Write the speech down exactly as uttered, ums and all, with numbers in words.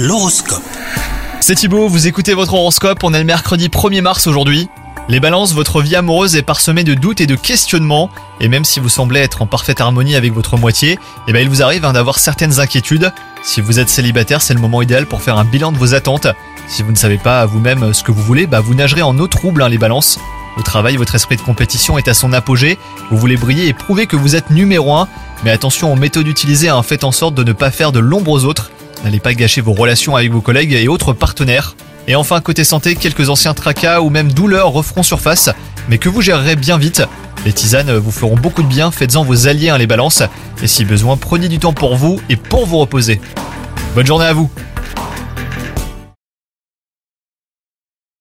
L'horoscope. C'est Thibaut, vous écoutez votre horoscope, on est le mercredi premier mars aujourd'hui. Les balances, votre vie amoureuse est parsemée de doutes et de questionnements, et même si vous semblez être en parfaite harmonie avec votre moitié, eh ben il vous arrive hein, d'avoir certaines inquiétudes. Si vous êtes célibataire, c'est le moment idéal pour faire un bilan de vos attentes. Si vous ne savez pas vous-même ce que vous voulez, bah vous nagerez en eau trouble hein, les balances. Au travail, votre esprit de compétition est à son apogée, vous voulez briller et prouver que vous êtes numéro un, mais attention aux méthodes utilisées, hein, faites en sorte de ne pas faire de l'ombre aux autres. N'allez pas gâcher vos relations avec vos collègues et autres partenaires. Et enfin, côté santé, quelques anciens tracas ou même douleurs referont surface, mais que vous gérerez bien vite. Les tisanes vous feront beaucoup de bien, faites-en vos alliés hein, les balances. Et si besoin, prenez du temps pour vous et pour vous reposer. Bonne journée à vous!